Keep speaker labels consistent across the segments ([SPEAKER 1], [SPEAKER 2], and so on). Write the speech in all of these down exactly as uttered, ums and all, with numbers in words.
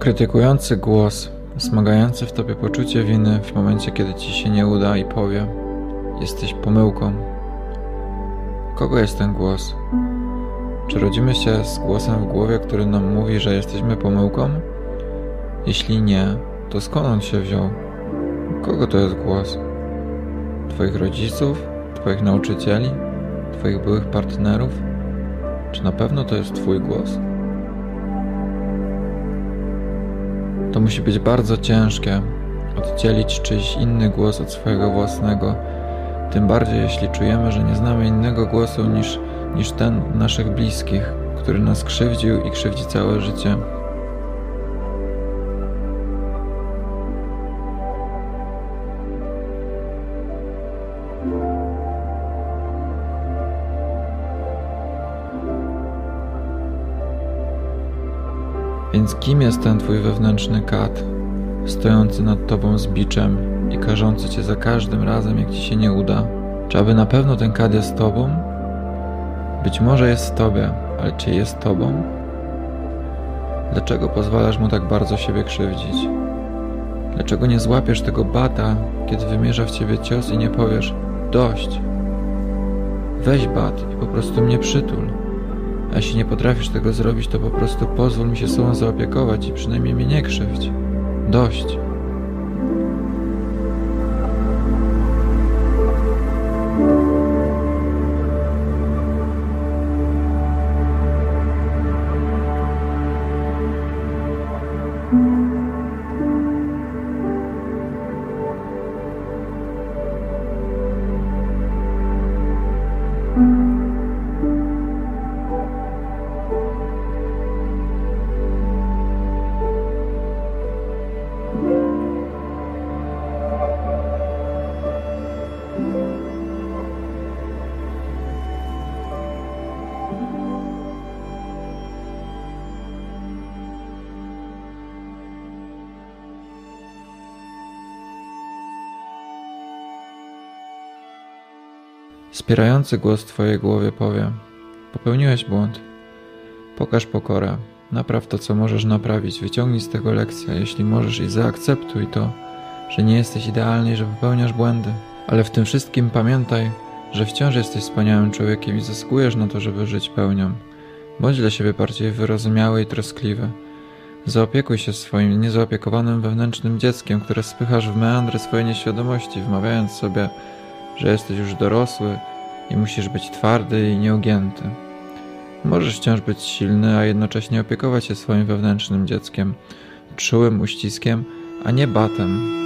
[SPEAKER 1] Krytykujący głos, wzmagający w tobie poczucie winy w momencie, kiedy ci się nie uda i powie: jesteś pomyłką. Kogo jest ten głos? Czy rodzimy się z głosem w głowie, który nam mówi, że jesteśmy pomyłką? Jeśli nie, to skąd on się wziął? Kogo to jest głos? Twoich rodziców? Twoich nauczycieli? Twoich byłych partnerów? Czy na pewno to jest twój głos? To musi być bardzo ciężkie, oddzielić czyjś inny głos od swojego własnego, tym bardziej jeśli czujemy, że nie znamy innego głosu niż, niż ten naszych bliskich, który nas krzywdził i krzywdzi całe życie. Więc kim jest ten twój wewnętrzny kat, stojący nad tobą z biczem i karzący cię za każdym razem, jak ci się nie uda? Czy aby na pewno ten kat jest tobą? Być może jest w tobie, ale czy jest tobą? Dlaczego pozwalasz mu tak bardzo siebie krzywdzić? Dlaczego nie złapiesz tego bata, kiedy wymierza w ciebie cios i nie powiesz: dość? Weź bat i po prostu mnie przytul. A jeśli nie potrafisz tego zrobić, to po prostu pozwól mi się sobą zaopiekować i przynajmniej mnie nie krzywdź. Dość. Wspierający głos w twojej głowie powie: popełniłeś błąd. Pokaż pokorę. Napraw to, co możesz naprawić. Wyciągnij z tego lekcję, jeśli możesz, i zaakceptuj to, że nie jesteś idealny i że popełniasz błędy. Ale w tym wszystkim pamiętaj, że wciąż jesteś wspaniałym człowiekiem i zasługujesz na to, żeby żyć pełnią. Bądź dla siebie bardziej wyrozumiały i troskliwy. Zaopiekuj się swoim niezaopiekowanym wewnętrznym dzieckiem, które spychasz w meandry swojej nieświadomości, wmawiając sobie, że jesteś już dorosły i musisz być twardy i nieugięty. Możesz wciąż być silny, a jednocześnie opiekować się swoim wewnętrznym dzieckiem, czułym uściskiem, a nie batem.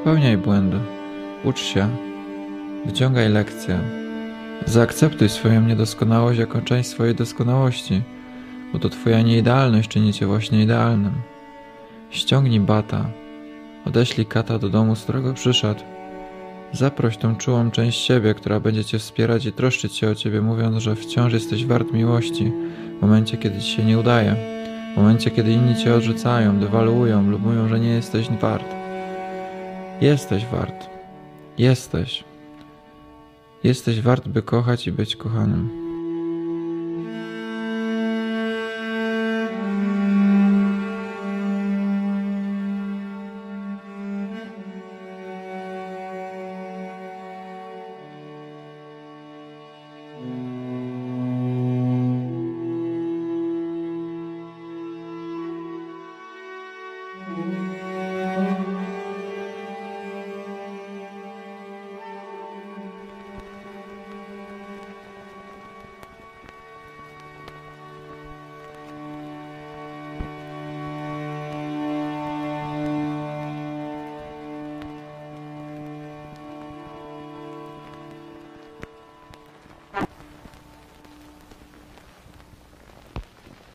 [SPEAKER 1] popełniaj błędy. Ucz się. Wyciągaj lekcje. Zaakceptuj swoją niedoskonałość jako część swojej doskonałości, bo to twoja nieidealność czyni cię właśnie idealnym. Ściągnij bata. Odeślij kata do domu, z którego przyszedł. Zaproś tą czułą część siebie, która będzie cię wspierać i troszczyć się o ciebie, mówiąc, że wciąż jesteś wart miłości w momencie, kiedy ci się nie udaje, w momencie, kiedy inni cię odrzucają, dewaluują lub mówią, że nie jesteś wart. Jesteś wart. Jesteś. Jesteś wart, by kochać i być kochanym.